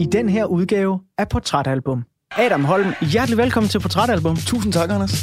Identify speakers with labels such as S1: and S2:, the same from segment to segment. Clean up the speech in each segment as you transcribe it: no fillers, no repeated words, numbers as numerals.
S1: den her udgave af Portrætalbum. Adam Holm, hjertelig velkommen til Portrætalbum.
S2: Tusind tak, Anders.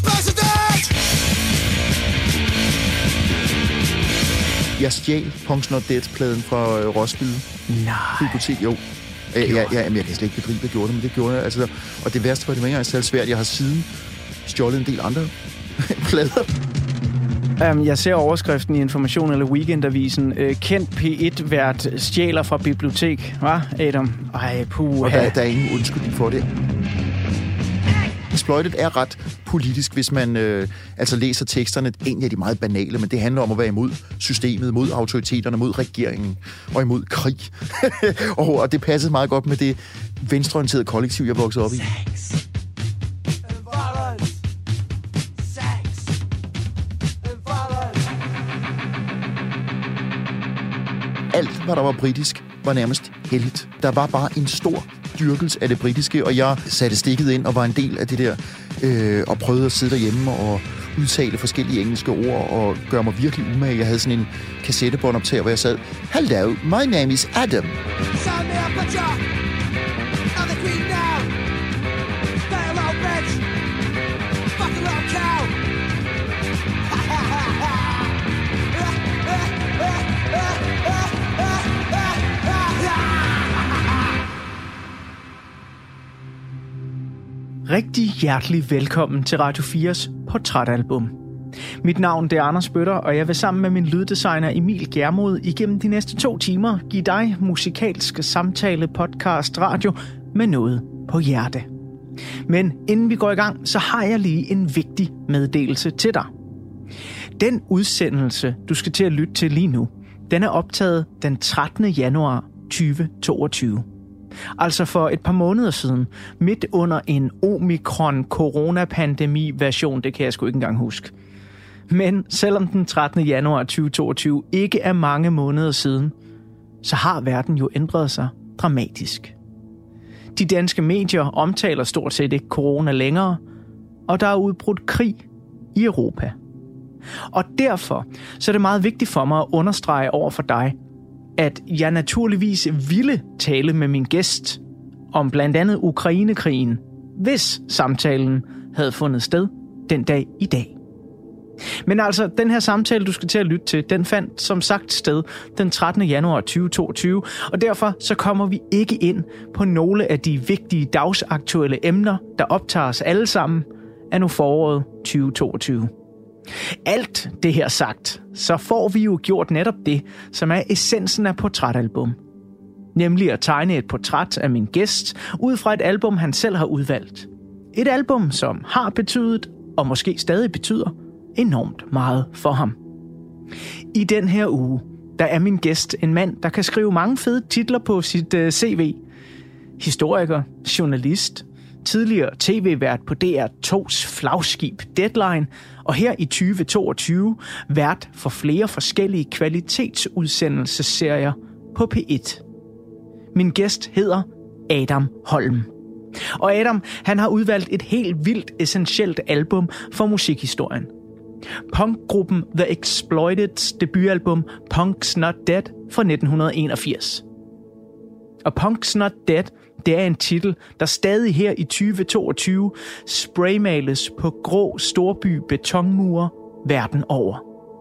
S2: Jeg stjal Punk's Not Dead-pladen fra Roskilde.
S1: Nej.
S2: Bibliotek, jo. Jeg kan slet ikke bedrive, at jeg gjorde det, men det gjorde jeg. Altså, og det værste var, det var ikke engang svært. Jeg har siden stjålet en del andre plader.
S1: Jeg ser overskriften i Information eller Weekendavisen. Kendt P1-vært stjæler fra bibliotek. Hva, Adam? Ej, puha.
S2: Og der er ingen undskyldning for det. Exploited er ret politisk, hvis man læser teksterne. Egentlig er de meget banale, men det handler om at være imod systemet, mod autoriteterne, mod regeringen og imod krig. og det passede meget godt med det venstreorienterede kollektiv, jeg voksede op i. Alt, hvad der var britisk, var nærmest helligt. Der var bare en stor dyrkelse af det britiske, og jeg satte stikket ind og var en del af det der, og prøvede at sidde derhjemme og udtale forskellige engelske ord og gøre mig virkelig umage. Jeg havde sådan en kassettebåndoptager, hvor jeg sad, "Hello, my name is Adam."
S1: Rigtig hjertelig velkommen til Radio 4's Portrætalbum. Mit navn er Anders Bøtter, og jeg vil sammen med min lyddesigner Emil Gjermod igennem de næste 2 timer give dig musikalsk samtale, podcast, radio med noget på hjerte. Men inden vi går i gang, så har jeg lige en vigtig meddelelse til dig. Den udsendelse, du skal til at lytte til lige nu, den er optaget den 13. januar 2022. Altså for et par måneder siden, midt under en Omikron-coronapandemi-version, det kan jeg sgu ikke engang huske. Men selvom den 13. januar 2022 ikke er mange måneder siden, så har verden jo ændret sig dramatisk. De danske medier omtaler stort set ikke corona længere, og der er udbrudt krig i Europa. Og derfor så er det meget vigtigt for mig at understrege over for dig, at jeg naturligvis ville tale med min gæst om blandt andet Ukrainekrigen, hvis samtalen havde fundet sted den dag i dag. Men altså, den her samtale, du skal til at lytte til, den fandt som sagt sted den 13. januar 2022, og derfor så kommer vi ikke ind på nogle af de vigtige dagsaktuelle emner, der optager os alle sammen af nu foråret 2022. Alt det her sagt, så får vi jo gjort netop det, som er essensen af Portrætalbum. Nemlig at tegne et portræt af min gæst, ud fra et album, han selv har udvalgt. Et album, som har betydet, og måske stadig betyder, enormt meget for ham. I den her uge, der er min gæst en mand, der kan skrive mange fede titler på sit CV. Historiker, journalist, tidligere tv-vært på DR2's flagskib Deadline, og her i 2022 vært for flere forskellige kvalitetsudsendelsesserier på P1. Min gæst hedder Adam Holm. Og Adam, han har udvalgt et helt vildt essentielt album for musikhistorien. Punkgruppen The Exploiteds debutalbum Punk's Not Dead fra 1981. Og Punk's Not Dead, det er en titel, der stadig her i 2022 spraymales på grå storby betonmure verden over.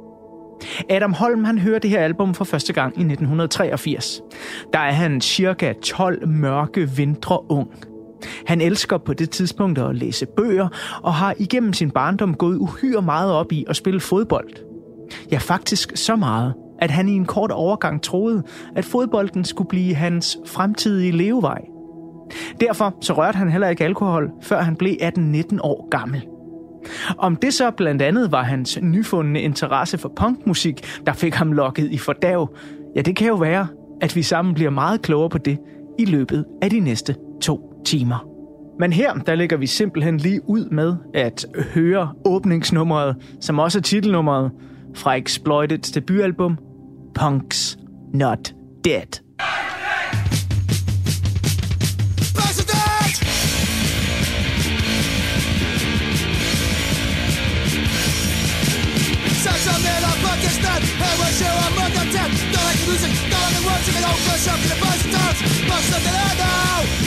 S1: Adam Holm, han hører det her album for første gang i 1983. Der er han cirka 12 mørke vintre ung. Han elsker på det tidspunkt at læse bøger, og har igennem sin barndom gået uhyre meget op i at spille fodbold. Ja, faktisk så meget, at han i en kort overgang troede, at fodbolden skulle blive hans fremtidige levevej. Derfor så rørte han heller ikke alkohol, før han blev 18-19 år gammel. Om det så blandt andet var hans nyfundne interesse for punkmusik, der fik ham lokket i fordav, ja, det kan jo være, at vi sammen bliver meget klogere på det i løbet af de næste 2 timer. Men her, der lægger vi simpelthen lige ud med at høre åbningsnummeret, som også er titelnummeret fra Exploiteds debutalbum Punk's Not Dead.
S3: Musik, der er en words, jeg kan overføre, så kan det bare se tørt. Monster, det er now.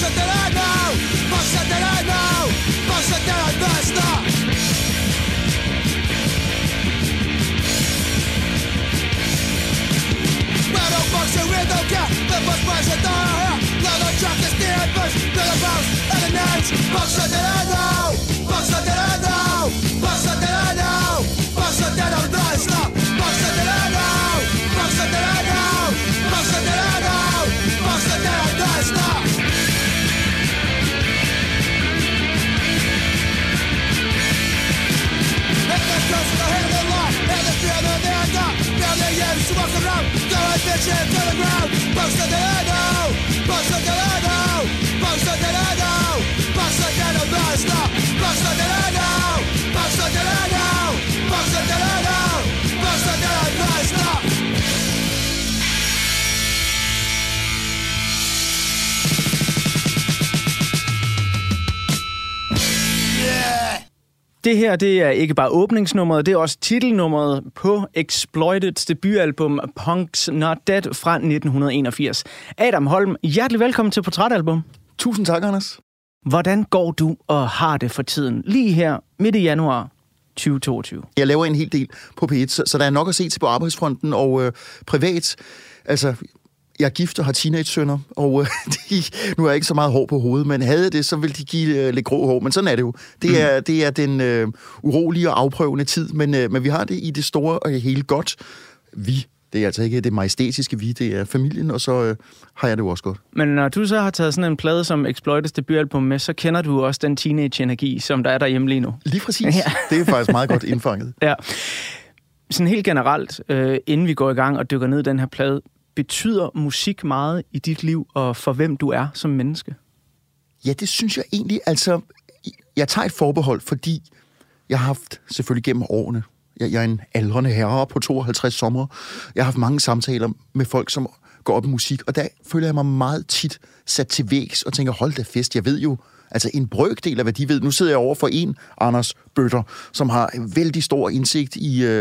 S1: Det her, det er ikke bare åbningsnummeret, det er også titelnummeret på Exploiteds debutalbum Punk's Not Dead fra 1981. Adam Holm, hjertelig velkommen til Portrætalbum.
S2: Tusind tak, Anders.
S1: Hvordan går du og har det for tiden? Lige her midt i januar 2022.
S2: Jeg laver en hel del på P1, så der er nok at se til på arbejdsfronten og privat. Altså, jeg er gift og har teenage-sønner, og nu er jeg ikke så meget hår på hovedet, men havde det, så ville de give lidt grå hår. Men sådan er det jo. Det er den urolige og afprøvende tid, men vi har det i det store og hele godt. Det er altså ikke det majestætiske vi, det er familien, og så har jeg det jo også godt.
S1: Men når du så har taget sådan en plade som Exploiteds debutalbum med, så kender du også den teenage-energi, som der er derhjemme lige nu.
S2: Lige præcis. Ja. Det er faktisk meget godt indfanget.
S1: Ja. Sådan helt generelt, inden vi går i gang og dykker ned i den her plade, betyder musik meget i dit liv, og for hvem du er som menneske?
S2: Ja, det synes jeg egentlig. Altså, jeg tager et forbehold, fordi jeg har haft, selvfølgelig gennem årene, jeg er en aldrende herre på 52 sommer. Jeg har haft mange samtaler med folk, som går op i musik, og der føler jeg mig meget tit sat til vægs og tænker, hold da fest, jeg ved jo, altså en brøkdel af, hvad de ved. Nu sidder jeg over for Anders Bøtter, som har vældig stor indsigt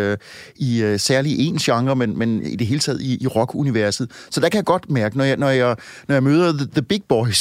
S2: i særlig en genre, men i det hele taget i rock-universet. Så der kan jeg godt mærke, når jeg møder the big boys,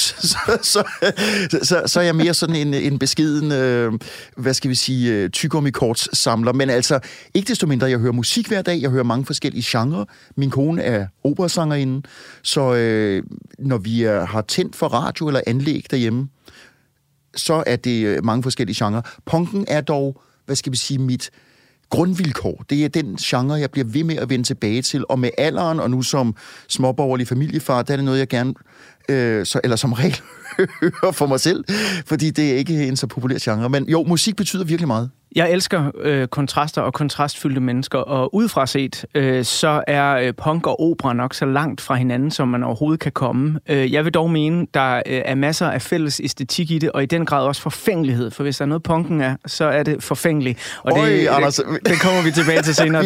S2: så er jeg mere sådan en beskeden, hvad skal vi sige, tyggegummikortssamler. Men altså, ikke desto mindre, jeg hører musik hver dag, jeg hører mange forskellige genrer. Min kone er operasangerinde, så når vi har tændt for radio eller anlæg derhjemme, så er det mange forskellige genrer. Punken er dog, hvad skal vi sige, mit grundvilkår. Det er den genre, jeg bliver ved med at vende tilbage til, og med alderen, og nu som småborgerlig familiefar, der er det noget, jeg gerne, eller som regel hører for mig selv, fordi det er ikke en så populær genre. Men jo, musik betyder virkelig meget.
S1: Jeg elsker kontraster og kontrastfyldte mennesker, og udefra set, så er punk og opera nok så langt fra hinanden, som man overhovedet kan komme. Jeg vil dog mene, der er masser af fælles æstetik i det, og i den grad også forfængelighed, for hvis der er noget punken er, så er det forfængeligt. Og det kommer vi tilbage til senere.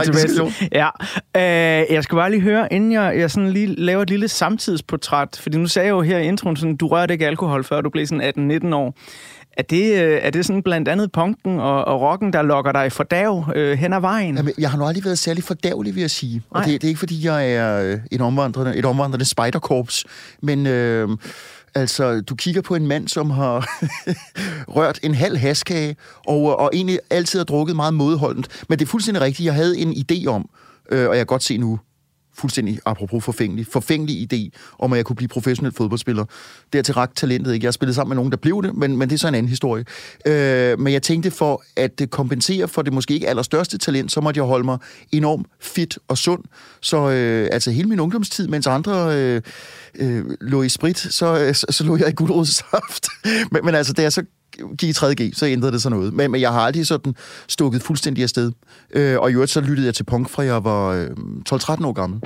S1: Jeg skal bare lige høre, inden jeg sådan lige laver et lille samtidsportræt, fordi nu sagde jeg jo her i introen, sådan, du rørte ikke alkohol, før du blev sådan 18-19 år. Er det sådan blandt andet punken og rocken, der lokker dig fordav hen ad vejen?
S2: Jamen, jeg har nu aldrig været særlig fordavlig, vil jeg sige. Og det er ikke, fordi jeg er et omvandrende spejderkorps. Men altså, du kigger på en mand, som har rørt en halv haskage, og egentlig altid har drukket meget modholdent. Men det er fuldstændig rigtigt. Jeg havde en idé om, og jeg kan godt se nu, fuldstændig apropos forfængelig idé om, at jeg kunne blive professionel fodboldspiller. Dertil rakt talentet ikke. Jeg har spillet sammen med nogen, der blev det, men det er så en anden historie. Men jeg tænkte, for at kompensere for det måske ikke allerstørste talent, så måtte jeg holde mig enormt fit og sund. Så altså hele min ungdomstid, mens andre lå i sprit, så lå jeg i gulerodssaft. men altså, da jeg så gik i 3.G, så ændrede det sig noget. Men jeg har aldrig sådan stukket fuldstændig afsted. Og i øvrigt så lyttede jeg til punk, fra jeg var 12-13 år gammel.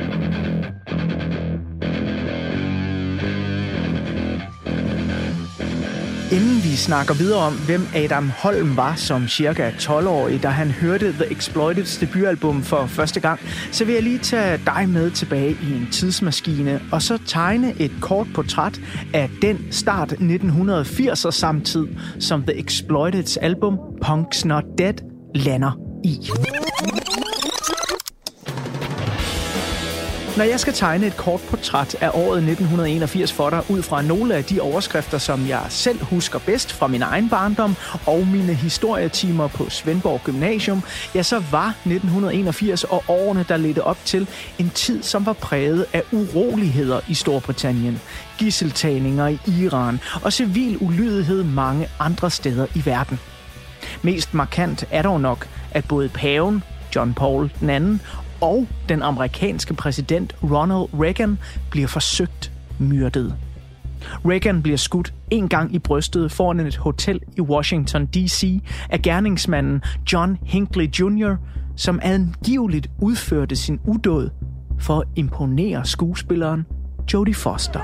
S1: Inden vi snakker videre om, hvem Adam Holm var som cirka 12-årig, da han hørte The Exploiteds debutalbum for første gang, så vil jeg lige tage dig med tilbage i en tidsmaskine, og så tegne et kort portræt af den start 1980'er samtid, som The Exploiteds album Punk's Not Dead lander i. Når jeg skal tegne et kort portræt af året 1981 for dig, ud fra nogle af de overskrifter, som jeg selv husker bedst fra min egen barndom og mine historietimer på Svendborg Gymnasium, ja, så var 1981 og årene, der ledte op til, en tid, som var præget af uroligheder i Storbritannien, gidseltagninger i Iran og civil ulydighed mange andre steder i verden. Mest markant er dog nok, at både paven, John Paul II, og den amerikanske præsident Ronald Reagan bliver forsøgt myrdet. Reagan bliver skudt en gang i brystet foran et hotel i Washington D.C. af gerningsmanden John Hinckley Jr., som angiveligt udførte sin udåd for at imponere skuespilleren Jodie Foster.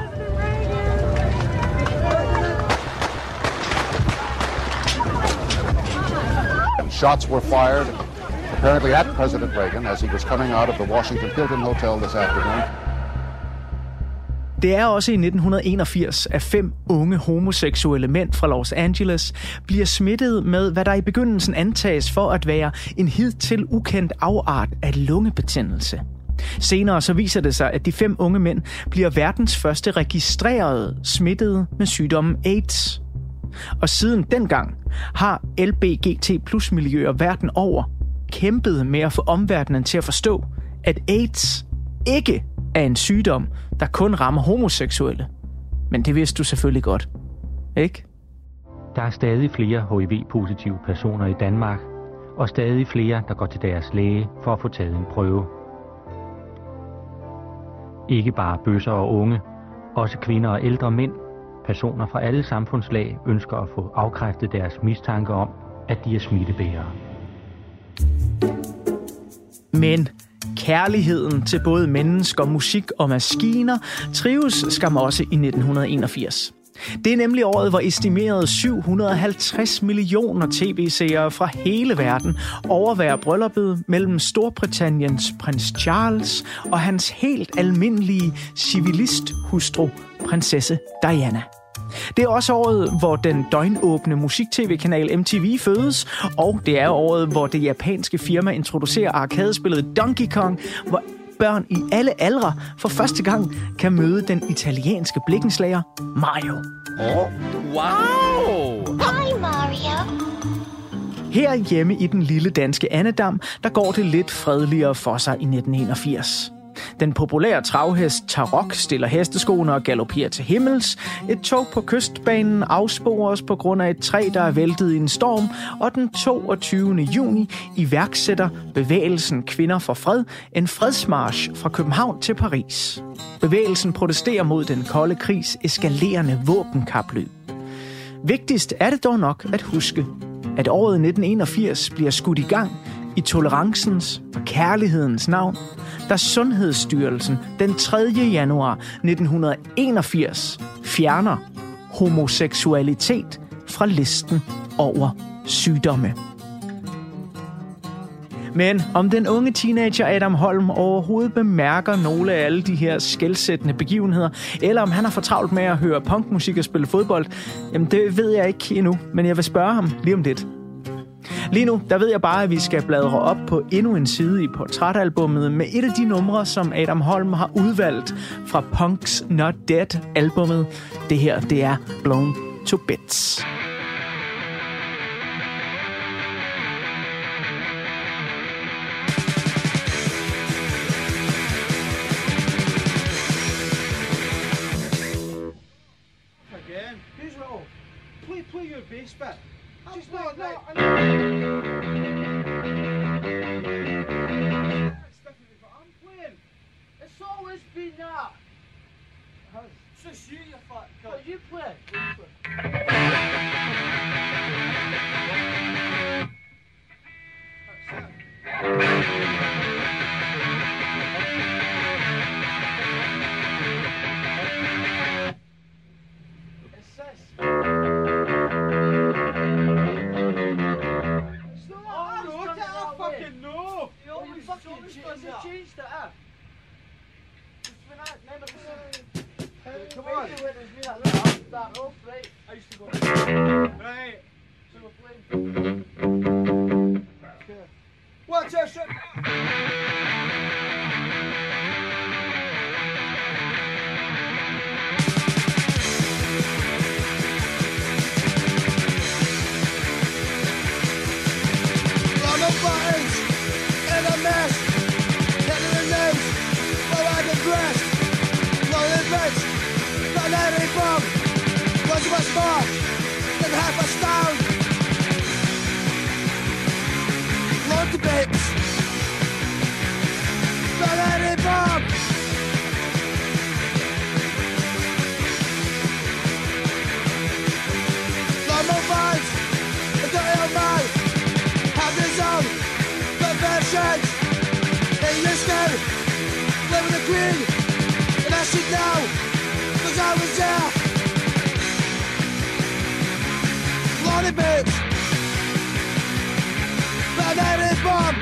S3: Shots were fired, apparently at President Reagan, as he was coming out of the Washington Hilton Hotel this afternoon.
S1: Det er også i 1981, at 5 unge homoseksuelle mænd fra Los Angeles bliver smittet med, hvad der i begyndelsen antages for at være en hidtil ukendt afart af lungebetændelse. Senere så viser det sig, at de 5 unge mænd bliver verdens første registrerede smittede med sygdommen AIDS. Og siden dengang har LBGT+-miljøer verden over kæmpet med at få omverdenen til at forstå, at AIDS ikke er en sygdom, der kun rammer homoseksuelle. Men det vidste du selvfølgelig godt, ikke?
S4: Der er stadig flere HIV-positive personer i Danmark, og stadig flere, der går til deres læge for at få taget en prøve. Ikke bare bøsser og unge, også kvinder og ældre mænd, personer fra alle samfundslag ønsker at få afkræftet deres mistanke om, at de er smittebærere. Men kærligheden til både mennesker, musik og maskiner trives skam også i 1981. Det er nemlig året, hvor estimerede 750 millioner tv-seere fra hele verden overværer brylluppet mellem Storbritanniens prins Charles og hans helt almindelige civilisthustru, prinsesse Diana. Det er også året, hvor den døgnåbne musik-tv-kanal MTV fødes, og det er året, hvor det japanske firma introducerer arkadespillet Donkey Kong, hvor børn i alle aldre for første gang kan møde den italienske blikkenslager Mario.
S5: Wow! Hi, Mario!
S1: Her hjemme i den lille danske Annedam, der går det lidt fredeligere for sig i 1981. Den populære travhest Tarok stiller hesteskoene og galopperer til himmels. Et tog på kystbanen afspores på grund af et træ, der er væltet i en storm. Og den 22. juni iværksætter bevægelsen Kvinder for Fred en fredsmarch fra København til Paris. Bevægelsen protesterer mod den kolde krigs eskalerende våbenkapløb. Vigtigst er det dog nok at huske, at året 1981 bliver skudt i gang i tolerancens og kærlighedens navn, da Sundhedsstyrelsen den 3. januar 1981 fjerner homoseksualitet fra listen over sygdomme. Men om den unge teenager Adam Holm overhovedet bemærker nogle af alle de her skelsættende begivenheder, eller om han har for travlt med at høre punkmusik og spille fodbold, jamen det ved jeg ikke endnu, men jeg vil spørge ham lige om lidt. Lige nu, der ved jeg bare, at vi skal bladre op på endnu en side i portrætalbummet med et af de numre, som Adam Holm har udvalgt fra Punk's Not Dead-albummet. Det her, det er Blown to Bits.
S6: Play your bass back. Just no. I'm playing. It's always been that. It's just you fat cunt. What you play? Come on. That off, right? I used to go. Right. So we're playing. Watch out, shit. used to live with the Queen, and I should know, 'cause I was there. Bloody bitch, banana bomb.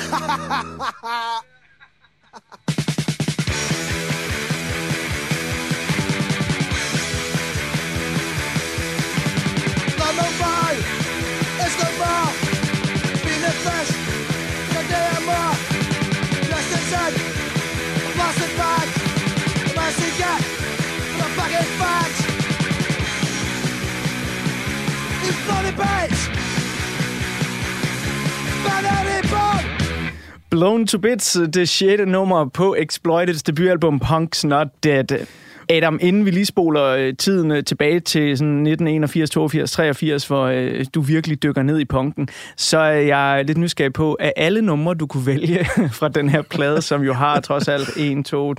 S6: Number 5 is the bar. Being the flesh, the day I'm more. Less than said, lost and bad. The mercy get, the fucking facts. These bloody bitch. Banana bomb.
S1: Blown to Bits, det 6. nummer på Exploiteds debutalbum Punk's Not Dead. Adam, inden vi lige spoler tiden tilbage til sådan 1981, 82, 83, hvor du virkelig dykker ned i punken, så er jeg lidt nysgerrig på, at alle numre, du kunne vælge fra den her plade, som jo har trods alt 1, 2,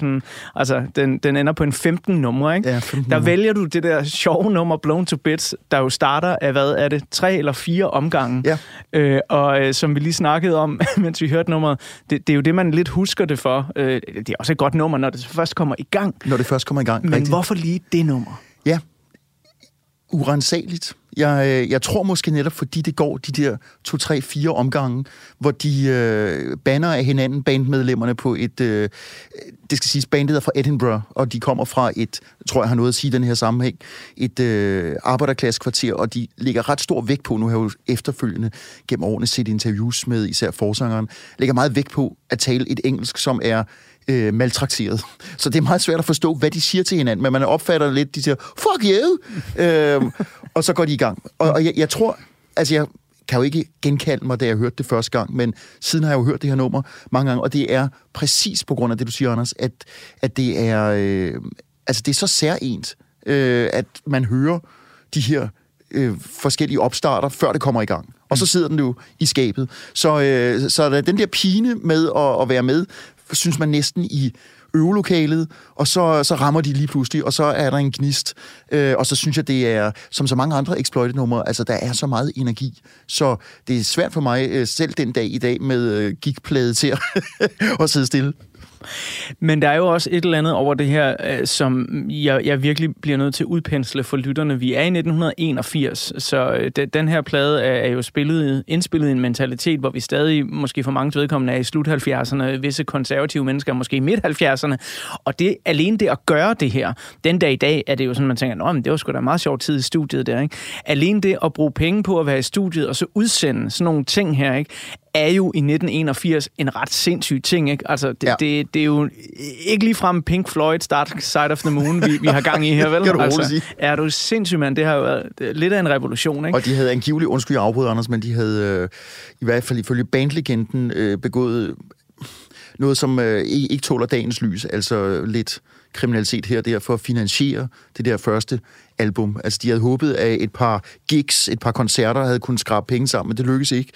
S1: den ender på en 15 numre, ikke?
S2: Ja, 15
S1: der
S2: numre.
S1: vælger du det der sjove nummer, Blown to Bits, der jo starter af, hvad er det, 3 eller 4 omgange.
S2: Ja.
S1: Og som vi lige snakkede om, mens vi hørte nummeret, det er jo det, man lidt husker det for. Det er også et godt nummer, når det først kommer i gang.
S2: Når det først kommer i gang.
S1: Men
S2: rigtigt.
S1: hvorfor lige det nummer?
S2: Ja, urensageligt. Jeg tror måske netop, fordi det går de der 2, 3, 4 omgange, hvor de banner af hinanden, bandmedlemmerne på et, det skal siges, bandet er fra Edinburgh, og de kommer fra et, tror jeg har noget at sige i den her sammenhæng, et arbejderklassekvarter, og de lægger ret stor vægt på, nu har jeg jo efterfølgende gennem årene set interviews med især forsangeren, lægger meget vægt på at tale et engelsk, som er maltrakteret. Så det er meget svært at forstå, hvad de siger til hinanden, men man opfatter lidt, de siger, fuck you! Og så går de i gang. Og jeg tror, altså jeg kan jo ikke genkalde mig, da jeg hørte det første gang, men siden har jeg jo hørt det her nummer mange gange, og det er præcis på grund af det, du siger, Anders, at det er, altså det er så særligt, at man hører de her forskellige opstarter, før det kommer i gang. Og så sidder den jo i skabet. Så den der pine med at være med, synes man næsten i øvelokalet, og så rammer de lige pludselig, og så er der en gnist. Og så synes jeg, det er, som så mange andre Exploited-numre, altså der er så meget energi. Så det er svært for mig, selv den dag i dag, med gigplade til at sidde stille.
S1: Men der er jo også et eller andet over det her, som jeg virkelig bliver nødt til at udpensle for lytterne. Vi er i 1981, så den her plade er jo indspillet i en mentalitet, hvor vi stadig, måske for mange vedkommende, er i slut 70'erne, visse konservative mennesker måske i midt 70'erne. Og det alene det at gøre det her, den dag i dag er det jo sådan, man tænker, men det var sgu da en meget sjov tid i studiet der, ikke? Alene det at bruge penge på at være i studiet, og så udsende sådan nogle ting her, ikke, er jo i 1981 en ret sindssyg ting, ikke? Altså, det er jo ikke ligefrem Pink Floyd's Dark Side of the Moon, vi har gang i her, vel?
S2: Kan du
S1: altså,
S2: sige.
S1: er du sindssyg, mand? Det har jo været lidt af en revolution, ikke?
S2: Og de havde angiveligt, undskyld, jeg afbryder, Anders, men de havde i hvert fald ifølge bandlegenden begået noget, som ikke tåler dagens lys, altså lidt kriminalitet her og der, for at finansiere det der første album. Altså, de havde håbet, at et par gigs, et par koncerter havde kunnet skrabe penge sammen, men det lykkedes ikke.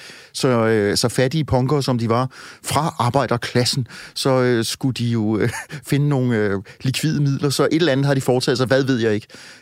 S2: Så fattige punkere, som de var, fra arbejderklassen, så skulle de jo finde nogle likvide midler, så et eller andet har de foretaget sig, hvad ved jeg ikke.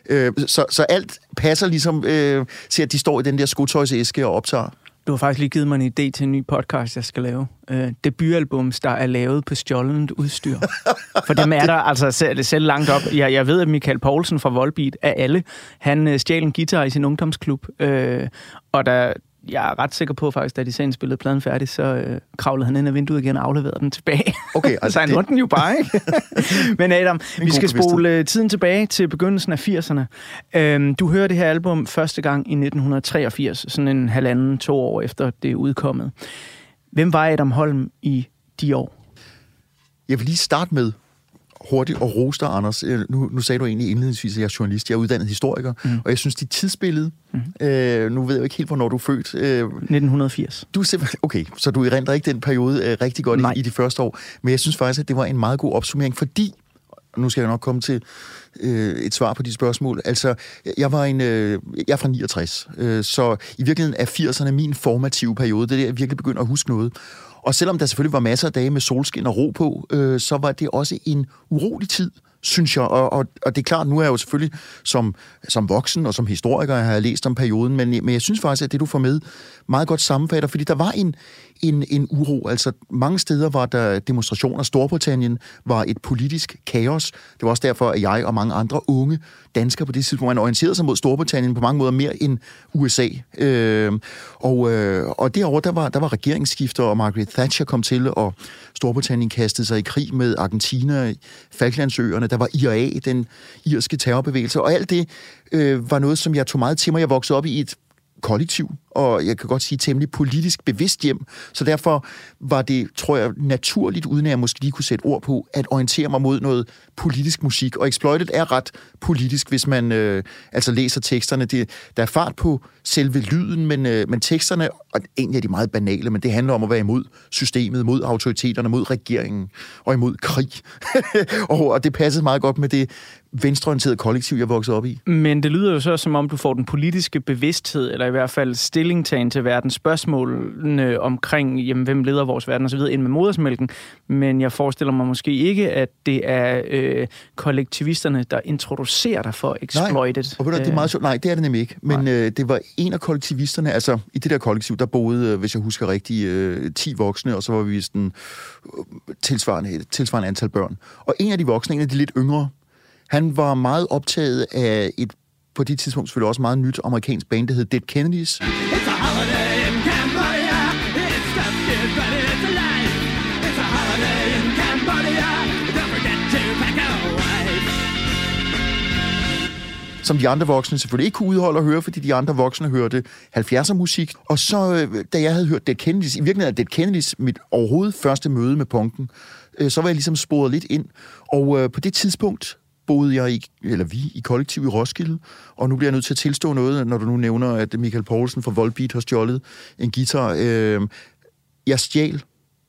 S2: Så alt passer ligesom til, at de står i den der skotøjsæske og optager.
S1: Du har faktisk lige givet mig en idé til en ny podcast, jeg skal lave. Debutalbums, der er lavet på stjålet udstyr. For dem er der altså selv langt op. Jeg ved, at Michael Poulsen fra Volbeat af alle, han stjal en guitar i sin ungdomsklub. Og jeg er ret sikker på faktisk, da de sen spillede pladen færdig, så kravlede han ind ad vinduet igen og afleverede den tilbage.
S2: Okay, altså
S1: så han lånte den jo bare, ikke? Men Adam, vi skal spole tiden tilbage til begyndelsen af 80'erne. Du hører det her album første gang i 1983, sådan 1,5-2 år efter det er udkommet. Hvem var Adam Holm i de år?
S2: Jeg vil lige starte med hurtigt og rose dig, Anders. Nu sagde du egentlig indledningsvis, at jeg er journalist. Jeg er uddannet historiker, og jeg synes, dit tidsbillede, nu ved jeg jo ikke helt, hvornår du er født.
S1: 1980.
S2: Du er simpelthen, okay, så du erindrer ikke den periode rigtig godt i de første år, men jeg synes faktisk, at det var en meget god opsummering, fordi, nu skal jeg nok komme til et svar på de spørgsmål, altså, jeg er fra 69, så i virkeligheden er 80'erne min formative periode, det er der, jeg virkelig begynder at huske noget. Og selvom der selvfølgelig var masser af dage med solskin og ro på, så var det også en urolig tid, synes jeg. Og det er klart, nu er jeg jo selvfølgelig som voksen og som historiker, har jeg læst om perioden, men jeg synes faktisk, at det, du får med, meget godt sammenfatter, fordi der var en uro. Altså, mange steder var der demonstrationer. Storbritannien var et politisk kaos. Det var også derfor, at jeg og mange andre unge danskere på det tidspunkt, man orienterede sig mod Storbritannien på mange måder mere end USA. Og derovre, der var regeringsskifter, og Margaret Thatcher kom til, og Storbritannien kastede sig i krig med Argentina, Falklandsøerne, der var IRA, den irske terrorbevægelse, og alt det var noget, som jeg tog meget til mig. Jeg voksede op i et kollektiv, og jeg kan godt sige temmelig politisk bevidst hjem, så derfor var det, tror jeg, naturligt, uden at jeg måske lige kunne sætte ord på, at orientere mig mod noget politisk musik, og Exploited er ret politisk, hvis man altså læser teksterne. Der er fart på selve lyden, men teksterne, og egentlig er de meget banale, men det handler om at være imod systemet, mod autoriteterne, mod regeringen, og imod krig. og det passede meget godt med det venstreorienterede kollektiv, jeg voksede op i.
S1: Men det lyder jo så, som om du får den politiske bevidsthed, eller i hvert fald stillingtagen til verdens spørgsmålene omkring, jamen, hvem leder vores verden osv., ind med modersmælken. Men jeg forestiller mig måske ikke, at det er kollektivisterne, der introducerer dig for Exploited.
S2: Nej, og det er meget sjovt. Nej, det er det nemlig ikke. Men det var en af kollektivisterne, altså i det der kollektiv, der boede, hvis jeg husker rigtigt, 10 voksne, og så var vi sådan tilsvarende antal børn. Og en af de voksne, en af de lidt yngre, han var meget optaget af et, på det tidspunkt selvfølgelig også meget nyt amerikansk band, der hed Dead Kennedys. Som de andre voksne selvfølgelig ikke kunne udholde at høre, fordi de andre voksne hørte 70'er musik. Og så, da jeg havde hørt Dead Kennedys, i virkeligheden er Dead Kennedys mit overhovedet første møde med punken, så var jeg ligesom sporet lidt ind. Og på det tidspunkt boede jeg vi i kollektiv i Roskilde, og nu bliver jeg nødt til at tilstå noget, når du nu nævner, at Michael Poulsen fra Volbeat har stjålet en guitar. Jeg stjal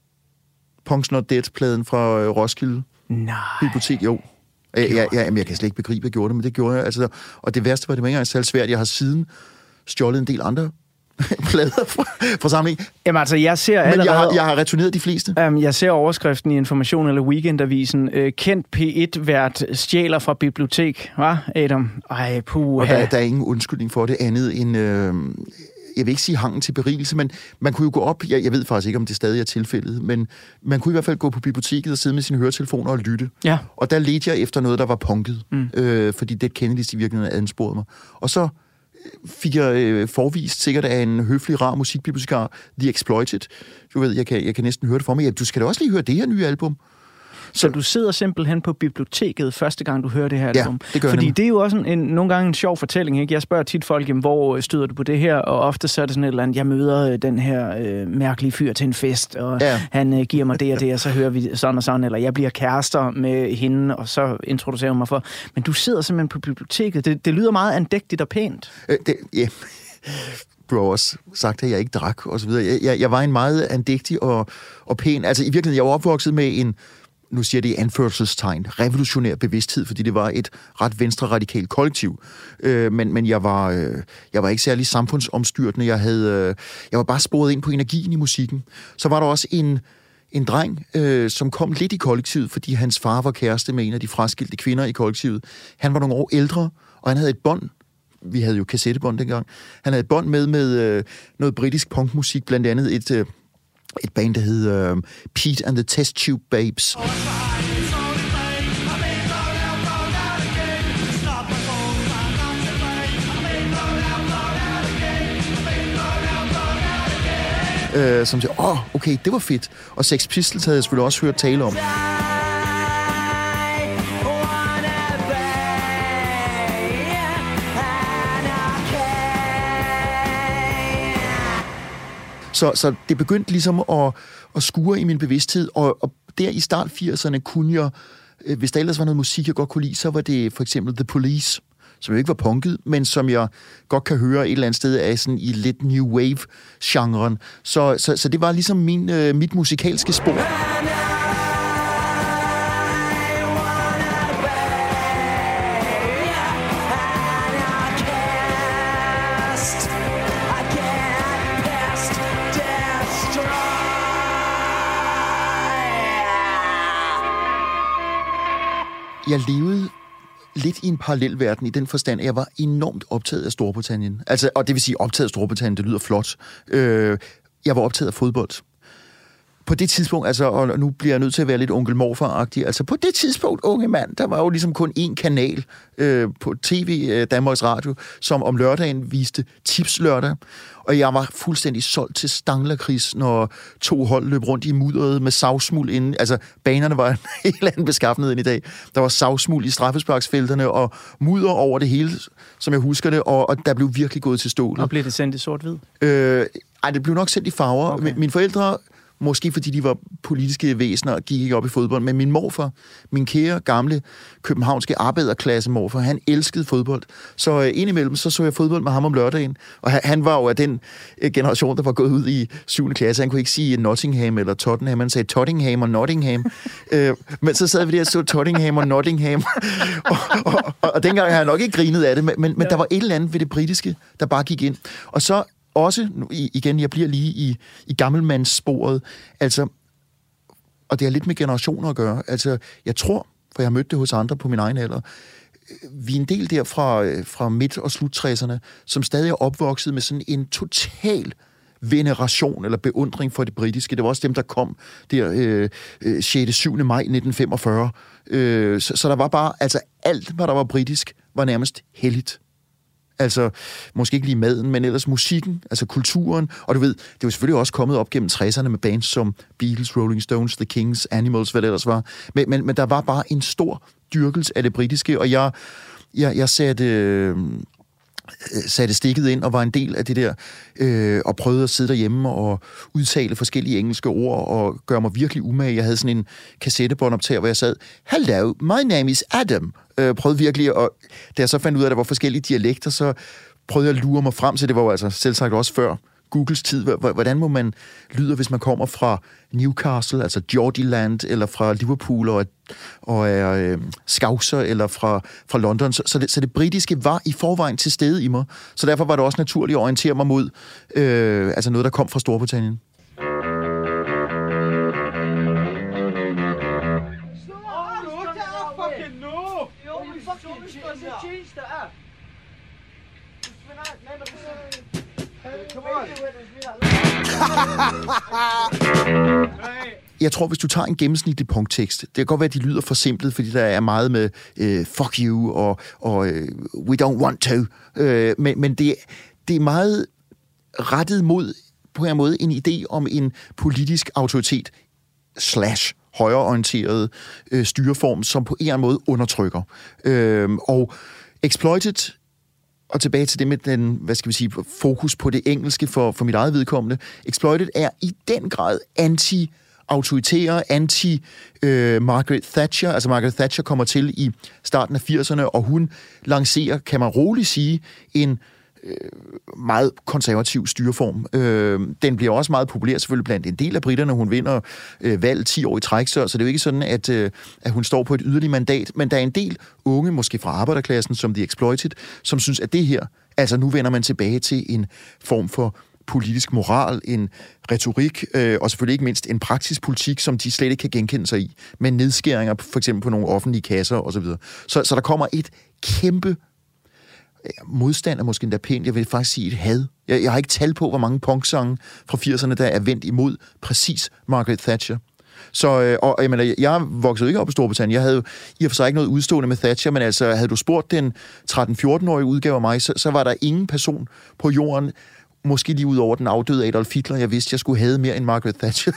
S2: Punk's Not Dead-pladen fra Roskilde Bibliotek, jo. Jeg kan slet ikke begribe, at jeg gjorde det, men det gjorde jeg. Altså, og det værste var, det var ikke engang særlig svært. Jeg har siden stjålet en del andre plader fra samlingen.
S1: Jamen altså, jeg ser
S2: allerede... Men jeg har returneret de fleste.
S1: Jeg ser overskriften i Information eller Weekendavisen. Kendt P1-vært stjæler fra bibliotek. Hva, Adam? Ej, puha.
S2: Og der er ingen undskyldning for det andet end... jeg vil ikke sige hangen til berigelse, men man kunne jo gå op... Jeg ved faktisk ikke, om det stadig er tilfældet, men man kunne i hvert fald gå på biblioteket og sidde med sine høretelefoner og lytte. Ja. Og der ledte jeg efter noget, der var punket, fordi Dead Kennedys i virkeligheden ansporede mig. Og så fik jeg forvist sikkert af en høflig, rar musikbibliotekar, The Exploited. Du ved, jeg kan næsten høre det for mig. Ja, du skal da også lige høre det her nye album.
S1: Så du sidder simpelthen på biblioteket første gang, du hører det her album?
S2: Ja, det gør jeg.
S1: Fordi det er jo også nogle gange en sjov fortælling, ikke? Jeg spørger tit folk, jamen, hvor støder du på det her? Og ofte så er det sådan et eller andet, jeg møder den her mærkelige fyr til en fest, og han giver mig det og det, og så hører vi sådan og sådan, eller jeg bliver kærester med hende, og så introducerer hun mig for. Men du sidder simpelthen på biblioteket. Det lyder meget andægtigt og pænt.
S2: Ja. Du har også sagt, at jeg ikke drak, og så videre. Jeg var en meget andægtig og pæn. Altså i virkeligheden, jeg var opvokset med en, nu siger det i anførselstegn, revolutionær bevidsthed, fordi det var et ret venstre-radikalt kollektiv. Men jeg var ikke særlig samfundsomstyrtende. Jeg var bare sporet ind på energien i musikken. Så var der også en dreng, som kom lidt i kollektivet, fordi hans far var kæreste med en af de fraskilte kvinder i kollektivet. Han var nogle år ældre, og han havde et bånd. Vi havde jo kassettebånd dengang. Han havde et bånd med noget britisk punkmusik, blandt andet et band, der hed Pete and the Test Tube Babes. Som siger, okay, det var fedt. Og Sex Pistols havde jeg selvfølgelig også hørt tale om. Så det begyndte ligesom at skure i min bevidsthed, og der i start 80'erne kunne jeg, hvis der ellers var noget musik, jeg godt kunne lide, så var det for eksempel The Police, som jo ikke var punket, men som jeg godt kan høre et eller andet sted af sådan i lidt new wave-genren. Så det var ligesom mit musikalske spor. Jeg levede lidt i en parallelverden i den forstand, at jeg var enormt optaget af Storbritannien. Altså, og det vil sige optaget af Storbritannien, det lyder flot. Jeg var optaget af fodbold. På det tidspunkt, altså, og nu bliver jeg nødt til at være lidt onkel morfar-agtig, altså på det tidspunkt, unge mand, der var jo ligesom kun én kanal på tv, Danmarks Radio, som om lørdagen viste Tips lørdag, og jeg var fuldstændig solgt til Stanglerkrigs, når 2 hold løb rundt i mudderet med savsmuld inden. Altså, banerne var en helt anden beskaffenhed end i dag. Der var savsmuld i straffesparksfelterne og mudder over det hele, som jeg husker det, og der blev virkelig gået til stålet.
S1: Og blev det sendt i sort-hvid?
S2: Det blev nok sendt i farver. Okay. Mine forældre, måske fordi de var politiske væsener, gik ikke op i fodbold, men min morfar, min kære, gamle, københavnske arbejderklasse morfar, han elskede fodbold. Så indimellem, så jeg fodbold med ham om lørdagen. Og han var jo af den generation, der var gået ud i 7. klasse. Han kunne ikke sige Nottingham eller Tottenham, han sagde Tottenham og Nottingham. Men så sad vi der og så Tottenham og Nottingham. og dengang har jeg nok ikke grinet af det, men der var et eller andet ved det britiske, der bare gik ind. Og så også, igen, jeg bliver lige i gammelmandssporet, altså, og det er lidt med generationer at gøre, altså, jeg tror, for jeg har mødt det hos andre på min egen alder, vi er en del der fra midt- og slut-60'erne, som stadig er opvokset med sådan en total veneration eller beundring for det britiske. Det var også dem, der kom der 6. 7. maj 1945. Så der var bare, altså alt, hvad der var britisk, var nærmest helligt. Altså, måske ikke lige maden, men ellers musikken, altså kulturen. Og du ved, det er jo selvfølgelig også kommet op gennem 60'erne med bands som Beatles, Rolling Stones, The Kings, Animals, hvad det ellers var. Men der var bare en stor dyrkelse af det britiske, og jeg satte stikket ind og var en del af det der, og prøvede at sidde derhjemme og udtale forskellige engelske ord og gøre mig virkelig umage. Jeg havde sådan en kassettebåndoptager, hvor jeg sad, "Hello, my name is Adam." Prøvede virkelig, og da jeg så fandt ud af, at der var forskellige dialekter, så prøvede jeg at lure mig frem til, det var jo altså selvsagt også før Googles tid. Hvordan må man lyde, hvis man kommer fra Newcastle, altså Geordieland, eller fra Liverpool og er skauser, eller fra London. Så det britiske var i forvejen til stede i mig. Så derfor var det også naturligt at orientere mig mod altså noget, der kom fra Storbritannien. Jeg tror, hvis du tager en gennemsnitlig punkttekst, det kan godt være, at de lyder forsimplet, fordi der er meget med fuck you og we don't want to. Men det er meget rettet mod, på en måde, en idé om en politisk autoritet / højreorienteret styreform, som på en eller anden måde undertrykker. Og Exploited, og tilbage til det med den, hvad skal vi sige, fokus på det engelske for mit eget vedkommende. Exploited er i den grad anti-autoritære, Margaret Thatcher. Altså Margaret Thatcher kommer til i starten af 80'erne, og hun lancerer, kan man roligt sige, en meget konservativ styreform. Den bliver også meget populær selvfølgelig blandt en del af britterne. Hun vinder valg 10 år i træk, så det er jo ikke sådan, at hun står på et yderligere mandat. Men der er en del unge, måske fra arbejderklassen, som The Exploited, som synes, at det her, altså nu vender man tilbage til en form for politisk moral, en retorik, og selvfølgelig ikke mindst en praktisk politik, som de slet ikke kan genkende sig i, med nedskæringer for eksempel på nogle offentlige kasser osv. Så der kommer et kæmpe modstand er måske endda pænt, jeg vil faktisk sige et had. Jeg har ikke tal på, hvor mange punksange fra 80'erne, der er vendt imod præcis Margaret Thatcher. Så, og jeg mener, jeg voksede ikke op i Storbritannien. Jeg havde jo i og for sig ikke noget udstående med Thatcher, men altså, havde du spurgt den 13-14-årige udgave af mig, så var der ingen person på jorden, måske lige ud over den afdøde Adolf Hitler, jeg vidste, jeg skulle have mere end Margaret Thatcher.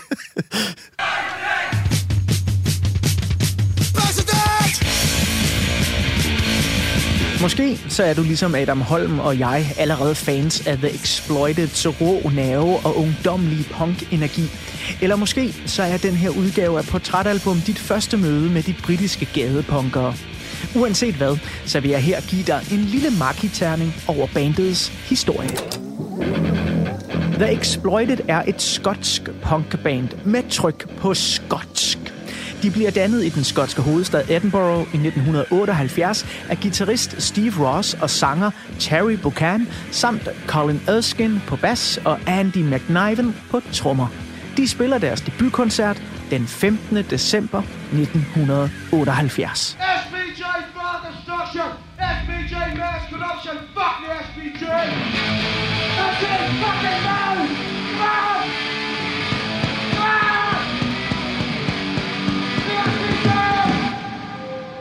S1: Måske så er du ligesom Adam Holm og jeg allerede fans af The Exploited's rå nerve og ungdomlige punk-energi. Eller måske så er den her udgave af portrætalbum dit første møde med de britiske gadepunkere. Uanset hvad, så vil jeg her give dig en lille markiterning over bandets historie. The Exploited er et skotsk punkband med tryk på skotsk. De bliver dannet i den skotske hovedstad Edinburgh i 1978 af guitarist Steve Ross og sanger Terry Buchan samt Colin Erskine på bas og Andy McNiven på trommer. De spiller deres debutkoncert den 15. december 1978.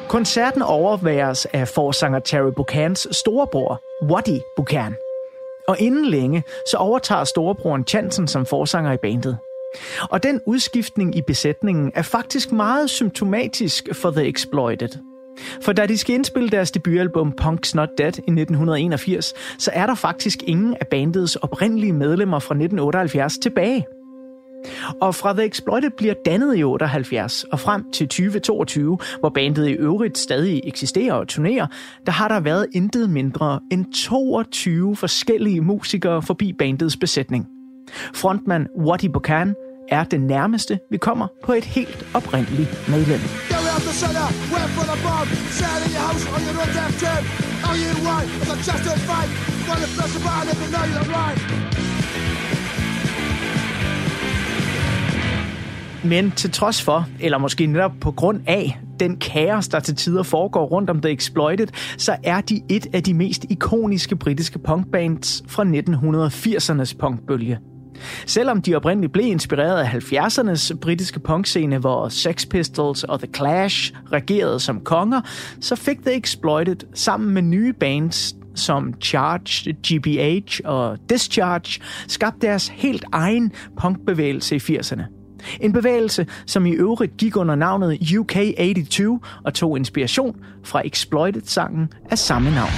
S1: Koncerten overværes af forsanger Terry Buchans storebror, Waddy Buchan. Og inden længe, så overtager storebroren Chanson som forsanger i bandet. Og den udskiftning i besætningen er faktisk meget symptomatisk for The Exploited. For da de skal indspille deres debutalbum Punk's Not Dead i 1981, så er der faktisk ingen af bandets oprindelige medlemmer fra 1978 tilbage. Og fra The Exploited bliver dannet i 78 og frem til 2022, hvor bandet i øvrigt stadig eksisterer og turnerer, der har der været intet mindre end 22 forskellige musikere forbi bandets besætning. Frontmand Waddy Buchan er det nærmeste, vi kommer på et helt oprindeligt medlem. Men til trods for, eller måske netop på grund af, den kaos, der til tider foregår rundt om The Exploited, så er de et af de mest ikoniske britiske punkbands fra 1980'ernes punkbølge. Selvom de oprindeligt blev inspireret af 70'ernes britiske punkscene, hvor Sex Pistols og The Clash regerede som konger, så fik The Exploited sammen med nye bands som Charge, GBH og Discharge skabt deres helt egen punkbevægelse i 80'erne. En bevægelse, som i øvrigt gik under navnet UK82 og tog inspiration fra Exploited-sangen af samme navn.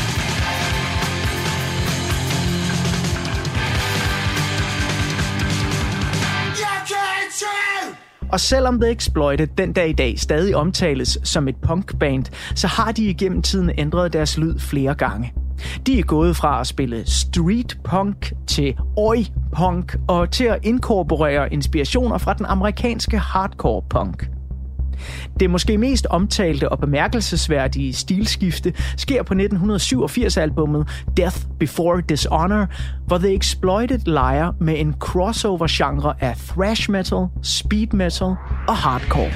S1: Og selvom The Exploited den dag i dag stadig omtales som et punkband, så har de igennem tiden ændret deres lyd flere gange. De er gået fra at spille street punk til oi punk og til at inkorporere inspirationer fra den amerikanske hardcore punk. Det måske mest omtalte og bemærkelsesværdige stilskifte sker på 1987-albummet Death Before Dishonor, hvor The Exploited leger med en crossover-genre af thrash metal, speed metal og hardcore.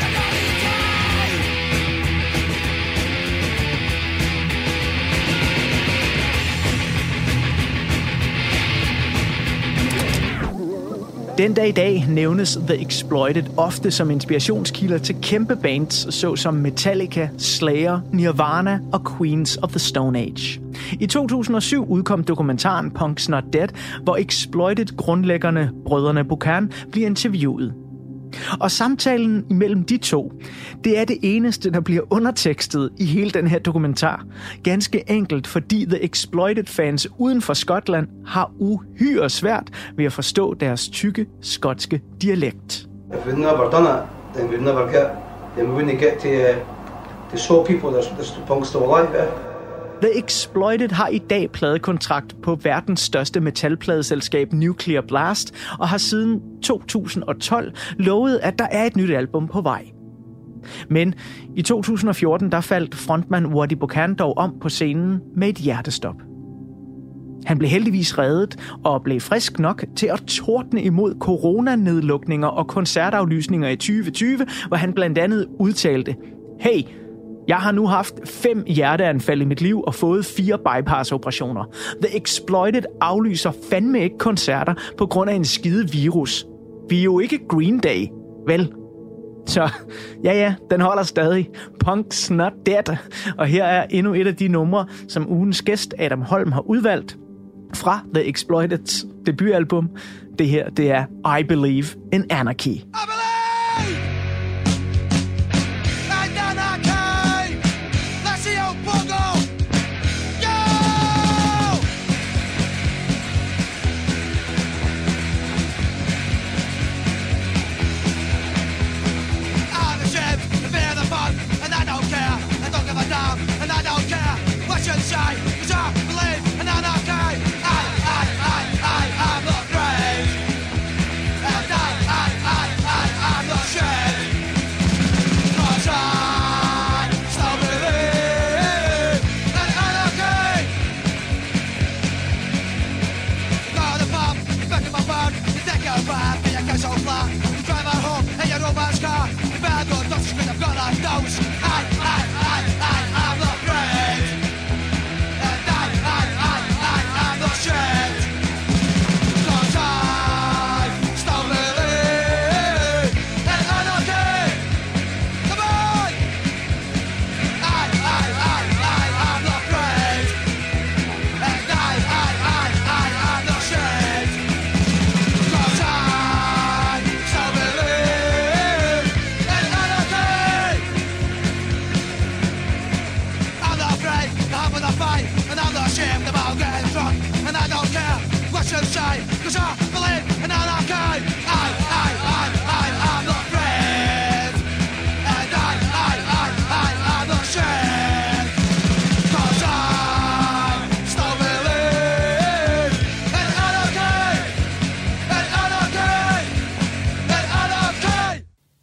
S1: Den dag i dag nævnes The Exploited ofte som inspirationskilder til kæmpe bands såsom Metallica, Slayer, Nirvana og Queens of the Stone Age. I 2007 udkom dokumentaren Punk's Not Dead, hvor Exploited-grundlæggerne brødrene Buchan bliver interviewet. Og samtalen imellem de to, det er det eneste, der bliver undertekstet i hele den her dokumentar. Ganske enkelt, fordi The Exploited-fans uden for Skotland har uhyre svært ved at forstå deres tykke skotske dialekt.
S7: If we'd never done it, then we'd never get, then we wouldn't get to show people this punk's still alive. Yeah?
S1: The Exploited har i dag pladekontrakt på verdens største metalpladeselskab Nuclear Blast, og har siden 2012 lovet, at der er et nyt album på vej. Men i 2014 der faldt frontmand Waddy Buchan dog om på scenen med et hjertestop. Han blev heldigvis reddet og blev frisk nok til at tordne imod coronanedlukninger og koncertaflysninger i 2020, hvor han blandt andet udtalte: "Hey, jeg har nu haft 5 hjerteanfald i mit liv og fået 4 bypass-operationer. The Exploited aflyser fandme ikke koncerter på grund af en skide virus. Vi er jo ikke Green Day, vel?" Så ja, den holder stadig. Punk's Not Dead. Og her er endnu et af de numre, som ugens gæst Adam Holm har udvalgt fra The Exploiteds debutalbum. Det her, det er I Believe in Anarchy.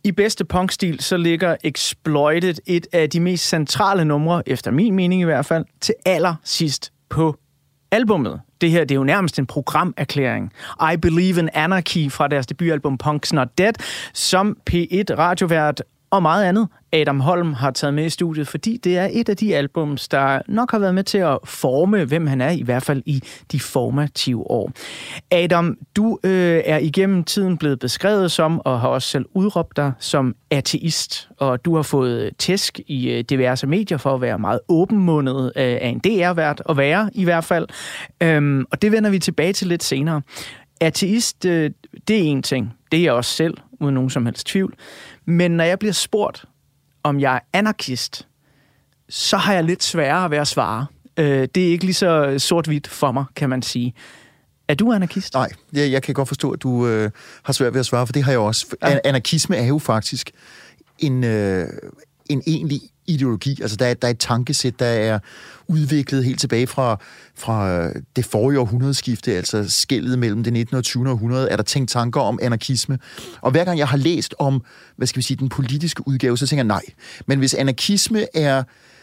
S1: I bedste punkstil, så ligger Exploited et af de mest centrale numre, efter min mening i hvert fald, til allersidst på albummet. Det her, det er jo nærmest en programerklæring. I Believe in Anarchy fra deres debutalbum Punk's Not Dead, som P1-radiovært og meget andet Adam Holm har taget med i studiet, fordi det er et af de albums, der nok har været med til at forme, hvem han er, i hvert fald i de formative år. Adam, du er igennem tiden blevet beskrevet som, og har også selv udråbt dig som ateist, og du har fået tæsk i diverse medier for at være meget åbenmundet af en DR-vært, at være i hvert fald. Og det vender vi tilbage til lidt senere. Ateist, det er en ting. Det er jeg også selv, uden nogen som helst tvivl. Men når jeg bliver spurgt, om jeg er anarkist, så har jeg lidt sværere ved at svare. Det er ikke lige så sort-hvidt for mig, kan man sige. Er du anarkist?
S2: Nej, jeg kan godt forstå, at du har svært ved at svare, for det har jeg også. Ja. Anarkisme er jo faktisk en egentlig ideologi. Altså, der er et tankesæt, der er udviklet helt tilbage fra det forrige århundredeskifte, altså skellet mellem det 19. og 20. århundrede, er der tænkt tanker om anarkisme. Og hver gang jeg har læst om, den politiske udgave, så tænker jeg nej. Men hvis anarkisme er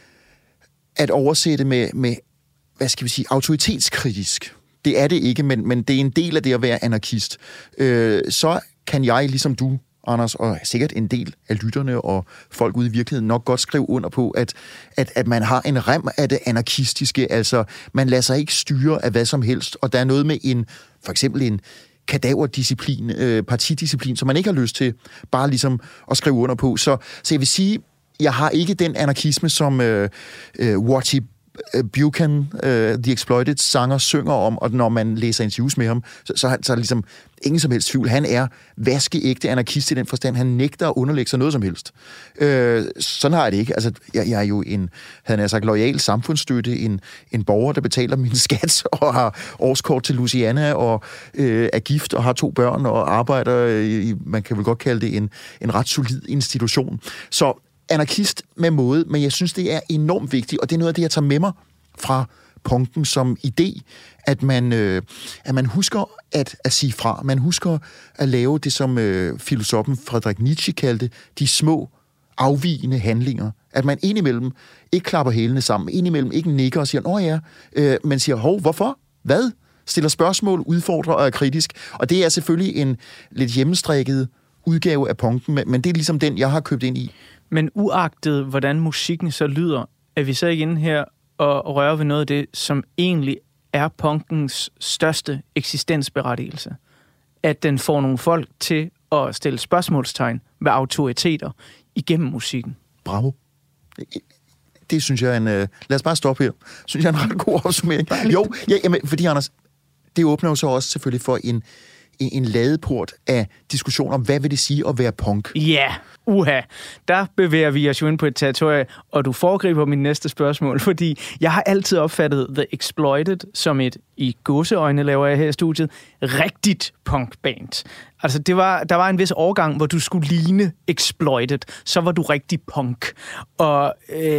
S2: at oversætte med autoritetskritisk, det er det ikke, men det er en del af det at være anarkist, så kan jeg, ligesom du, Anders, og sikkert en del af lytterne og folk ude i virkeligheden nok godt skrive under på, at man har en rem af det anarkistiske, altså man lader sig ikke styre af hvad som helst, og der er noget med for eksempel en kadaverdisciplin, partidisciplin, som man ikke har lyst til bare ligesom at skrive under på. Så jeg vil sige, jeg har ikke den anarkisme, som Wattie Buchan, The Exploited sanger, synger om, og når man læser interviews med ham, så er der ligesom ingen som helst tvivl. Han er vaskeægte anarkist i den forstand. Han nægter at underlægge sig noget som helst. Sådan har jeg det ikke. Altså, jeg er jo loyal samfundsstøtte, en borger, der betaler min skat og har årskort til Louisiana og er gift og har 2 børn og arbejder i, man kan vel godt kalde det en ret solid institution. Så anarkist med måde, men jeg synes, det er enormt vigtigt, og det er noget af det, jeg tager med mig fra punken som idé, at man husker at sige fra. Man husker at lave det, som filosofen Friedrich Nietzsche kaldte de små, afvigende handlinger. At man indimellem ikke klapper hælene sammen, indimellem ikke nikker og siger, men siger, hov, hvorfor? Hvad? Stiller spørgsmål, udfordrer og er kritisk. Og det er selvfølgelig en lidt hjemmestrikket udgave af punken, men det er ligesom den, jeg har købt ind i.
S1: Men uagtet, hvordan musikken så lyder, er vi så ikke inde her og rører ved noget af det, som egentlig er punkens største eksistensberettigelse. At den får nogle folk til at stille spørgsmålstegn ved autoriteter igennem musikken.
S2: Bravo. Det synes jeg er lad os bare stoppe her. Synes jeg er en ret god opsummering. Jo, fordi Anders, det åbner jo så også selvfølgelig for en ladeport af diskussion om, hvad vil det sige at være punk?
S1: Ja, der bevæger vi os jo ind på et territorie, og du foregriber min næste spørgsmål, fordi jeg har altid opfattet The Exploited som et, i gåseøjne laver jeg her i studiet, rigtigt punkband. Altså, der var en vis årgang, hvor du skulle ligne Exploited, så var du rigtig punk. Og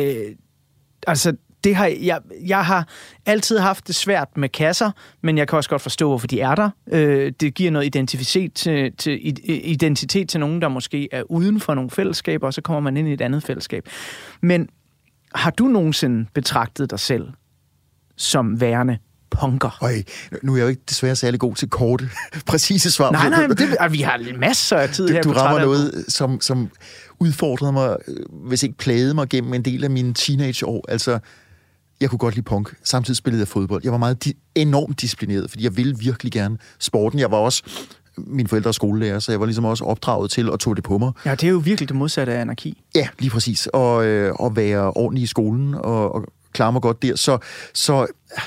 S1: jeg har altid haft det svært med kasser, men jeg kan også godt forstå, hvorfor de er der. Det giver noget identitet til nogen, der måske er uden for nogle fællesskaber, og så kommer man ind i et andet fællesskab. Men har du nogensinde betragtet dig selv som værende punker?
S2: Nu er jeg jo ikke desværre særlig god til korte, præcise svar.
S1: Nej, men vi har masser af tid her.
S2: Du rammer noget, som udfordrede mig, hvis ikke plagede mig gennem en del af mine teenageår. Altså, jeg kunne godt lide punk. Samtidig spillede jeg fodbold. Jeg var meget enormt disciplineret, fordi jeg ville virkelig gerne sporten. Jeg var også mine forældre skolelærer, så jeg var ligesom også opdraget til at tog det på mig.
S1: Ja, det er jo virkelig det modsatte af anarki.
S2: Ja, lige præcis. Og være ordentlig i skolen og klare mig godt der. Så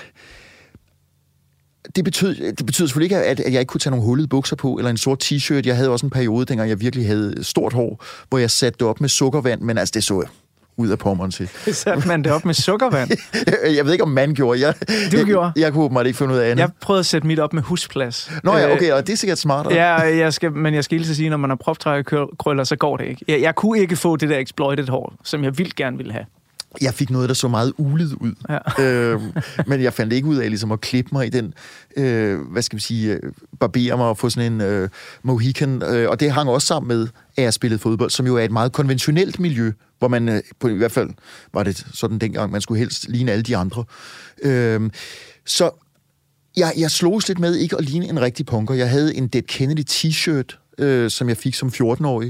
S2: det betød selvfølgelig ikke, at jeg ikke kunne tage nogle hullede bukser på, eller en sort t-shirt. Jeg havde også en periode, dengang jeg virkelig havde stort hår, hvor jeg satte det op med sukkervand, men altså det så jeg ud af pommeren til.
S1: Satte man det op med sukkervand?
S2: Jeg ved ikke, om man gjorde.
S1: Du gjorde?
S2: Jeg kunne åbenbart ikke finde ud af andet.
S1: Jeg prøvede at sætte mit op med husplads.
S2: Nå ja, okay, og det er sikkert smartere.
S1: Ja, men jeg skal hilse at sige, når man har proptrækkerkrøller, så går det ikke. Jeg kunne ikke få det der exploited hår, som jeg vildt gerne ville have.
S2: Jeg fik noget, der så meget ulet ud. Ja. Men jeg fandt ikke ud af ligesom at klippe mig i den, barbere mig og få sådan en mohican. Og det hang også sammen med, at jeg spillede fodbold, som jo er et meget konventionelt miljø, hvor man, i hvert fald var det sådan dengang, man skulle helst ligne alle de andre. Så jeg slogs lidt med ikke at ligne en rigtig punker. Jeg havde en Dead Kennedy t-shirt, som jeg fik som 14-årig.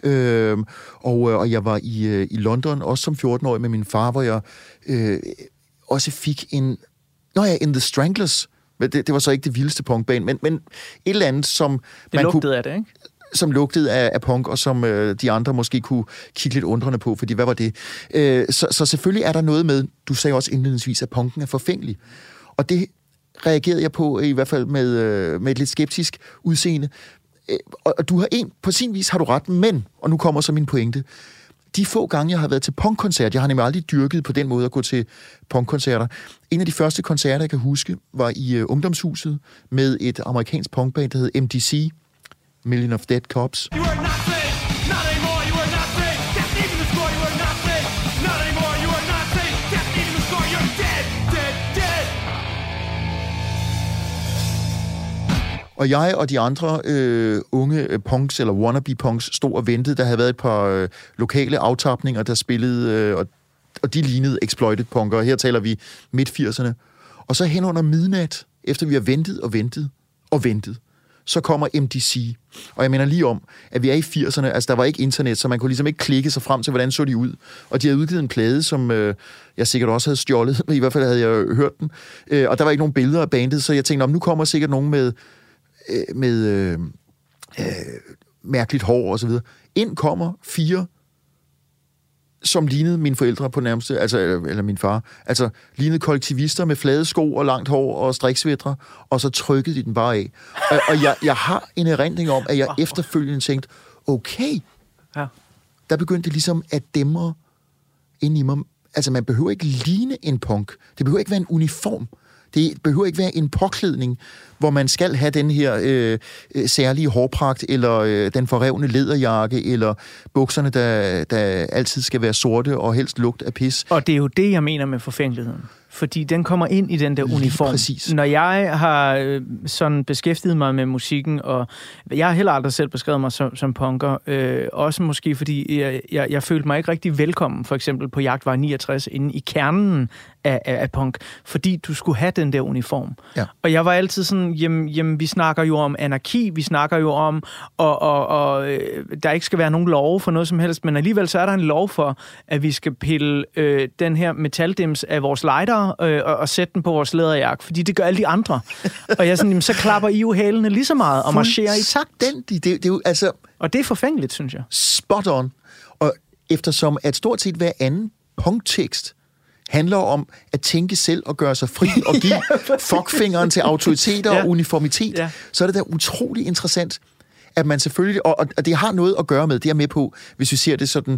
S2: Og jeg var i London, også som 14-årig med min far, hvor jeg også fik en The Stranglers. Det var så ikke det vildeste punkband, men et eller andet, som
S1: det lugtede af det, ikke?
S2: Som lugtede af punk, og som de andre måske kunne kigge lidt undrende på, fordi hvad var det? Så selvfølgelig er der noget med, du sagde også indledningsvis, at punken er forfængelig. Og det reagerede jeg på, i hvert fald med et lidt skeptisk udseende. Og du har på sin vis har du ret, men, og nu kommer så min pointe, de få gange, jeg har været til punkkoncert, jeg har nemlig aldrig dyrket på den måde at gå til punkkoncerter. En af de første koncerter, jeg kan huske, var i Ungdomshuset med et amerikansk punkband, der hed MDC, Million of Dead Cops. Og jeg og de andre unge punks, eller wannabe-punks, stod og ventede. Der havde været et par lokale aftapninger, der spillede, og de lignede exploited punker. Her taler vi midt-80'erne. Og så hen under midnat, efter vi har ventet, så kommer MDC. Og jeg mener lige om, at vi er i 80'erne, altså der var ikke internet, så man kunne ligesom ikke klikke sig frem til, hvordan så de ud. Og de havde udgivet en plade, som jeg sikkert også havde stjålet, men i hvert fald havde jeg hørt den. Og der var ikke nogen billeder af bandet, så jeg tænkte, nu kommer sikkert nogen med mærkeligt hår og så videre. Ind kommer 4, som lignede mine forældre på nærmeste, eller min far. Altså lignede kollektivister med flade sko og langt hår og striksvætre, og så trykkede de den bare af. Og jeg har en erindring om, at jeg efterfølgende tænkte, okay, der begyndte det ligesom at dæmre ind i mig. Altså man behøver ikke ligne en punk. Det behøver ikke være en uniform. Det behøver ikke være en påklædning, hvor man skal have den her særlige hårpragt, eller den forrevne læderjakke, eller bukserne, der altid skal være sorte og helst lugt af pis.
S1: Og det er jo det, jeg mener med forfængeligheden. Fordi den kommer ind i den der uniform.
S2: Præcis.
S1: Når jeg har sådan beskæftiget mig med musikken, og jeg har heller aldrig selv beskrevet mig som punker, også måske fordi jeg følte mig ikke rigtig velkommen, for eksempel på Jagtvej 69, inde i kernen af punk, fordi du skulle have den der uniform. Ja. Og jeg var altid sådan, jamen vi snakker jo om anarki, vi snakker jo om, og der ikke skal være nogen lov for noget som helst, men alligevel så er der en lov for, at vi skal pille den her metaldims af vores lighter og sætte den på vores læderjakke, fordi det gør alle de andre. Og jeg sådan, jamen, så klapper I jo hælene lige så meget og marcherer i takt.
S2: Det er jo altså...
S1: Og det er forfængeligt, synes jeg.
S2: Spot on. Og eftersom at stort set hver anden punktekst handler om at tænke selv og gøre sig fri og give fuckfingeren til autoriteter og uniformitet, så er det da utrolig interessant, at man selvfølgelig... Og det har noget at gøre med, det er med på, hvis vi ser det sådan...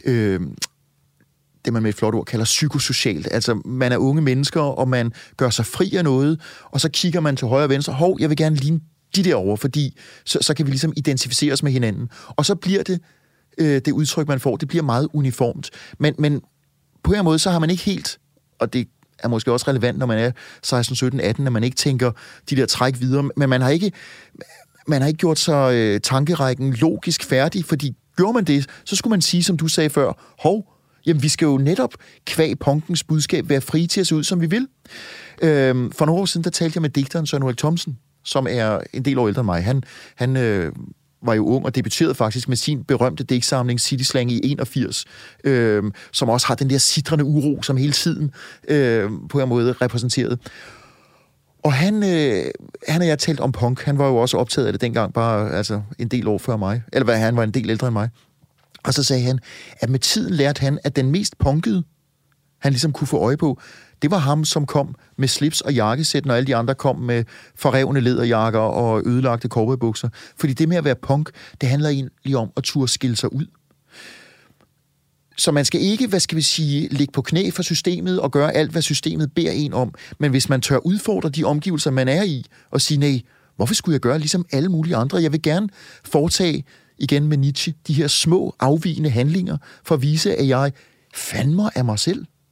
S2: det man med et flot ord kalder psykosocialt. Altså, man er unge mennesker, og man gør sig fri af noget, og så kigger man til højre og venstre. Jeg vil gerne ligne de derovre, fordi så kan vi ligesom identificere os med hinanden. Og så bliver det udtryk, man får, det bliver meget uniformt. Men på en måde, så har man ikke helt, og det er måske også relevant, når man er 16, 17, 18, at man ikke tænker de der træk videre, men man har ikke gjort sig tankerækken logisk færdig, fordi gjorde man det, så skulle man sige, som du sagde før, jamen, vi skal jo netop kvæg punkens budskab være frie til at se ud, som vi vil. For nogle år siden, der talte jeg med digteren Søren Ulrik Thomsen, som er en del år ældre end mig. Han var jo ung og debuterede faktisk med sin berømte digtsamling City Slang i 81, som også har den der sitrende uro, som hele tiden på en måde repræsenteret. Og han og jeg talt om punk. Han var jo også optaget af det dengang, bare en del år før mig. Eller han var en del ældre end mig. Og så sagde han, at med tiden lærte han, at den mest punkede, han ligesom kunne få øje på, det var ham, som kom med slips og jakkesæt, når alle de andre kom med forrevne læderjakker og ødelagte cowboybukser. Fordi det med at være punk, det handler egentlig om at turde skille sig ud. Så man skal ikke, ligge på knæ for systemet og gøre alt, hvad systemet beder en om. Men hvis man tør udfordre de omgivelser, man er i, og sige, nej, hvorfor skulle jeg gøre ligesom alle mulige andre? Jeg vil gerne foretage, igen med Nietzsche, de her små, afvigende handlinger, for at vise, at jeg fandme er mig selv.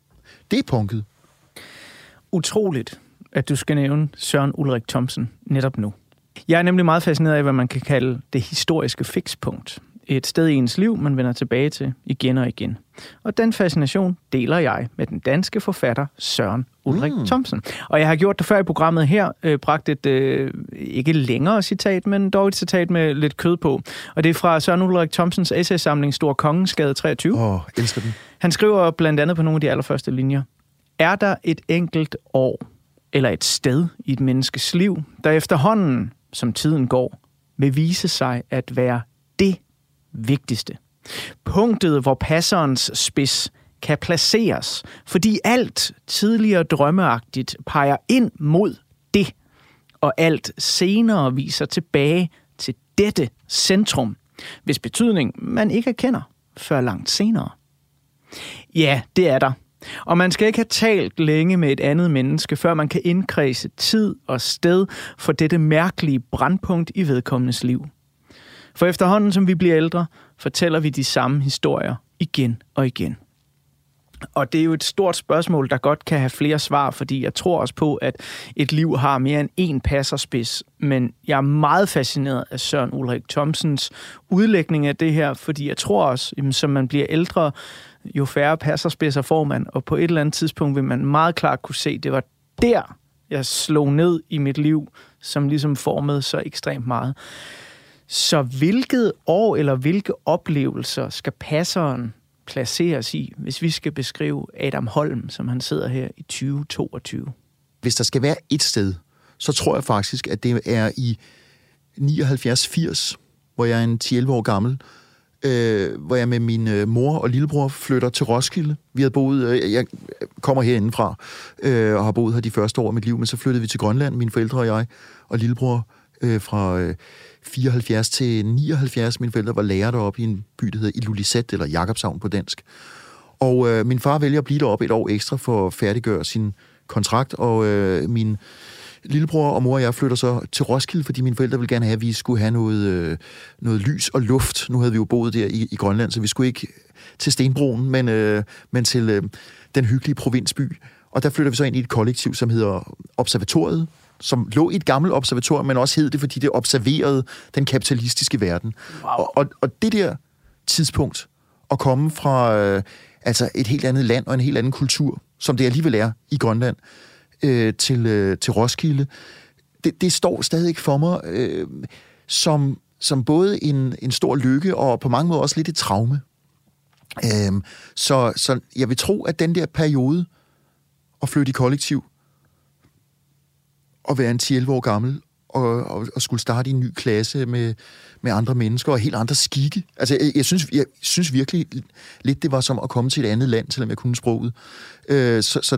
S2: Det er punket.
S1: Utroligt, at du skal nævne Søren Ulrik Thomsen netop nu. Jeg er nemlig meget fascineret af, hvad man kan kalde det historiske fikspunkt. Et sted i ens liv, man vender tilbage til igen og igen. Og den fascination deler jeg med den danske forfatter Søren Ulrik Thomsen. Og jeg har gjort det før i programmet her, bragt et ikke længere citat, men dog et citat med lidt kød på. Og det er fra Søren Ulrik Thomsens essaysamling Stor Kongensgade 23.
S2: Elsker den.
S1: Han skriver blandt andet på nogle af de allerførste linjer. Er der et enkelt år eller et sted i et menneskes liv, der efterhånden, som tiden går, vil vise sig at være det vigtigste? Punktet, hvor passerens spids kan placeres, fordi alt tidligere drømmeagtigt peger ind mod det, og alt senere viser tilbage til dette centrum, hvis betydning man ikke erkender før langt senere. Ja, det er der. Og man skal ikke have talt længe med et andet menneske, før man kan indkredse tid og sted for dette mærkelige brandpunkt i vedkommendes liv. For efterhånden, som vi bliver ældre, fortæller vi de samme historier igen og igen. Og det er jo et stort spørgsmål, der godt kan have flere svar, fordi jeg tror også på, at et liv har mere end én passerspids. Men jeg er meget fascineret af Søren Ulrik Thomsens udlægning af det her, fordi jeg tror også, at som man bliver ældre, jo færre passerspidser får man. Og på et eller andet tidspunkt vil man meget klart kunne se, at det var der, jeg slog ned i mit liv, som ligesom formede så ekstremt meget. Så hvilket år eller hvilke oplevelser skal passeren placeres i, hvis vi skal beskrive Adam Holm, som han sidder her i 2022?
S2: Hvis der skal være et sted, så tror jeg faktisk, at det er i 79-80, hvor jeg er en 10-11 år gammel, hvor jeg med min mor og lillebror flytter til Roskilde. Vi havde boet, jeg kommer herindefra, og har boet her de første år af mit liv, men så flyttede vi til Grønland, mine forældre og jeg, og lillebror fra 74 til 79. Mine forældre var lærer deroppe i en by, der hedder Ilulissat, eller Jakobshavn på dansk. Og min far vælger at blive deroppe et år ekstra for at færdiggøre sin kontrakt, og min lillebror og mor og jeg flytter så til Roskilde, fordi mine forældre ville gerne have, at vi skulle have noget lys og luft. Nu havde vi jo boet der i Grønland, så vi skulle ikke til Stenbroen, men til den hyggelige provinsby. Og der flytter vi så ind i et kollektiv, som hedder Observatoriet, som lå i et gammelt observatorium, men også hed det, fordi det observerede den kapitalistiske verden. Wow. Og det der tidspunkt, at komme fra altså et helt andet land og en helt anden kultur, som det alligevel er i Grønland, til Roskilde, det står stadig for mig som både en stor lykke og på mange måder også lidt et traume. Så jeg vil tro, at den der periode at flytte i kollektiv og være en 10-11 år gammel og skulle starte i en ny klasse med andre mennesker og helt andre skikke. Altså, jeg synes virkelig lidt, det var som at komme til et andet land, selvom jeg kunne sproget. Så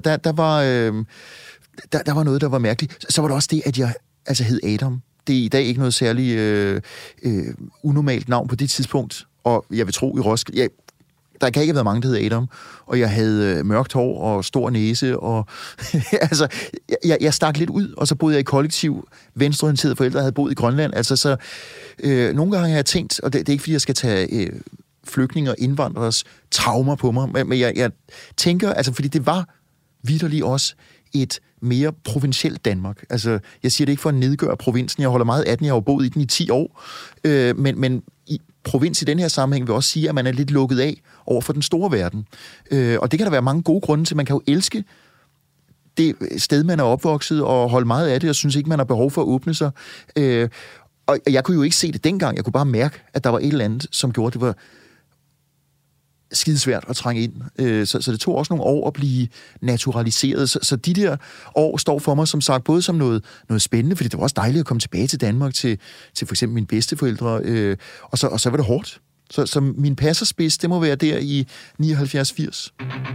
S2: der var noget, der var mærkeligt. Så var det også det, at jeg hed Adam. Det er i dag ikke noget særligt unormalt navn på det tidspunkt, og jeg vil tro i Roskilde... Der kan ikke have været mange, der hed Adam, og jeg havde mørkt hår og stor næse, og altså, jeg stak lidt ud, og så boede jeg i kollektiv. Venstreorienterede forældre havde boet i Grønland. Altså, så nogle gange har jeg tænkt, og det er ikke, fordi jeg skal tage flygtninge og indvandreres traumer på mig, men jeg tænker, altså, fordi det var vitterligt også et mere provincielt Danmark. Altså, jeg siger det ikke for at nedgøre provinsen. Jeg holder meget af den. Jeg har jo boet i den i 10 år. Men i provins i den her sammenhæng vil også sige, at man er lidt lukket af over for den store verden. Og det kan der være mange gode grunde til. Man kan jo elske det sted, man er opvokset, og holde meget af det, og synes ikke, man har behov for at åbne sig. Og jeg kunne jo ikke se det dengang. Jeg kunne bare mærke, at der var et eller andet, som gjorde, det var skidesvært at trænge ind. Så det tog også nogle år at blive naturaliseret. Så de der år står for mig, som sagt, både som noget spændende, fordi det var også dejligt at komme tilbage til Danmark, til for eksempel mine bedsteforældre, og så var det hårdt. Så min passerspids, det må være der i 79-80.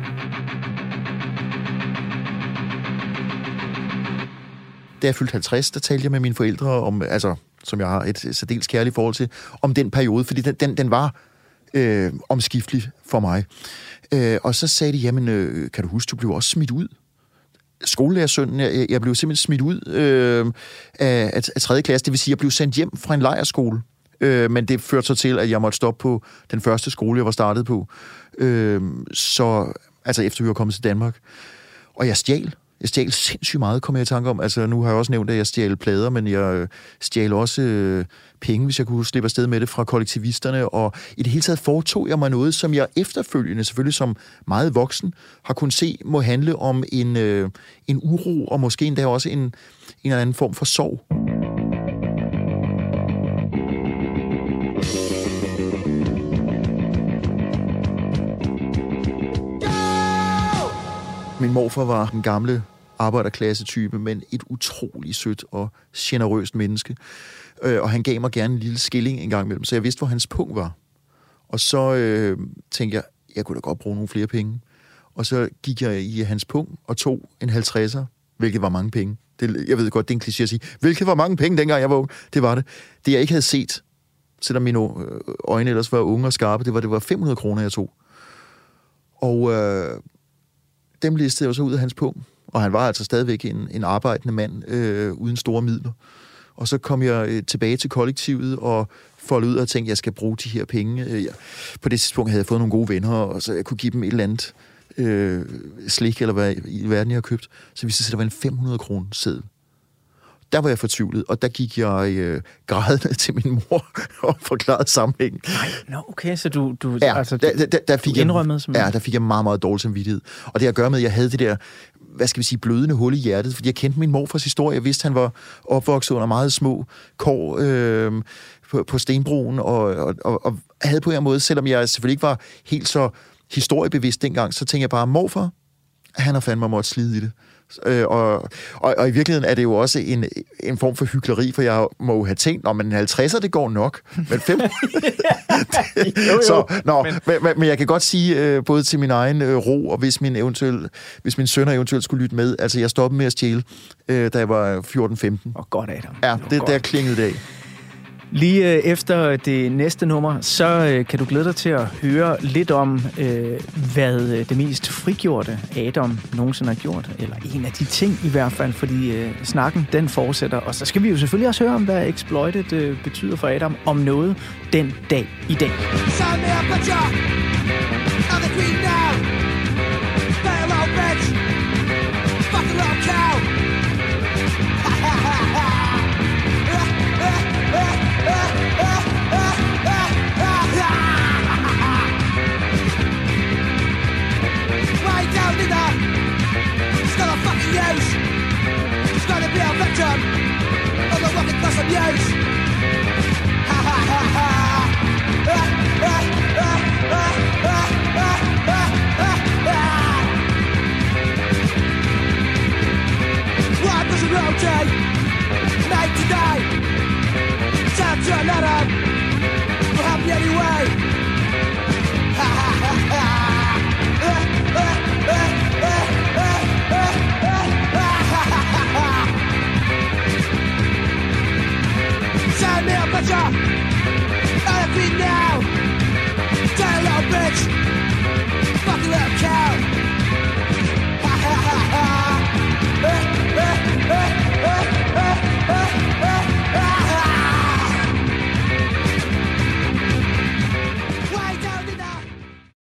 S2: Da jeg fyldte 50, der talte jeg med mine forældre om, altså, som jeg har et særdeles kærligt forhold til, om den periode, fordi den var omskiftelig for mig. Og så sagde de, jamen, kan du huske, du blev også smidt ud? Skolelærersønnen, jeg blev simpelthen smidt ud af 3. klasse, det vil sige, jeg blev sendt hjem fra en lejrskole. Men det førte så til, at jeg måtte stoppe på den første skole, jeg var startet på. Så Altså efter vi var kommet til Danmark. Og jeg stjal. Jeg stjal sindssygt meget, kommer jeg i tanke om. Altså, nu har jeg også nævnt, at jeg stjal plader, men jeg stjal også penge, hvis jeg kunne slippe afsted med det fra kollektivisterne. Og i det hele taget foretog jeg mig noget, som jeg efterfølgende, selvfølgelig som meget voksen, har kunnet se, må handle om en uro, og måske endda også en eller anden form for sorg. Min morfar var en gamle arbejderklasse-type, men et utroligt sødt og generøst menneske. Og han gav mig gerne en lille skilling en gang imellem, så jeg vidste, hvor hans pung var. Og så tænkte jeg kunne da godt bruge nogle flere penge. Og så gik jeg i hans pung og tog en 50'er, hvilket var mange penge. Jeg ved godt, det er en kliché at sige, hvilket var mange penge, dengang jeg var ung. Det var det. Det, jeg ikke havde set, selvom mine øjne ellers var unge og skarpe, det var 500 kroner, jeg tog. Og dem listede jeg så ud af hans pung. Og han var altså stadigvæk en arbejdende mand uden store midler. Og så kom jeg tilbage til kollektivet og foldede ud og tænkte, at jeg skal bruge de her penge. På det tidspunkt havde jeg fået nogle gode venner, og så jeg kunne give dem et eller andet slik, eller hvad i verden jeg har købt. Så viste det sig, at der var en 500 kroner seddel. Der var jeg fortvivlet, og der gik jeg grædende til min mor og forklarede sammenhængen.
S1: Nej, okay, så du
S2: ja,
S1: altså,
S2: der fik jeg
S1: indrømmede simpelthen.
S2: Ja, der fik jeg meget, meget dårlig samvittighed. Og det har at gøre med, at jeg havde det der, hvad skal vi sige, blødende hul i hjertet, fordi jeg kendte min morfars historie. Jeg vidste, han var opvokset under meget små kår på Stenbroen, og havde på en måde, selvom jeg selvfølgelig ikke var helt så historiebevidst dengang, så tænkte jeg bare, morfar, han har fandme måttet slide i det. Og i virkeligheden er det jo også en form for hykleri, for jeg må jo have tænkt, men 50'er, det går nok. Men 5... men jeg kan godt sige, både til min egen ro, og hvis min sønner eventuelt skulle lytte med, altså jeg stoppede med at stjæle, da jeg var 14-15.
S1: Og godt, Adam.
S2: Ja, det der klingede det af.
S1: Lige efter det næste nummer, så kan du glæde dig til at høre lidt om, hvad det mest frigjorte Adam nogensinde har gjort. Eller en af de ting i hvert fald, fordi snakken den fortsætter. Og så skal vi jo selvfølgelig også høre om, hvad Exploited betyder for Adam om noget den dag i dag.
S6: Still a fucking use. It's gonna be a victim of the working class abuse.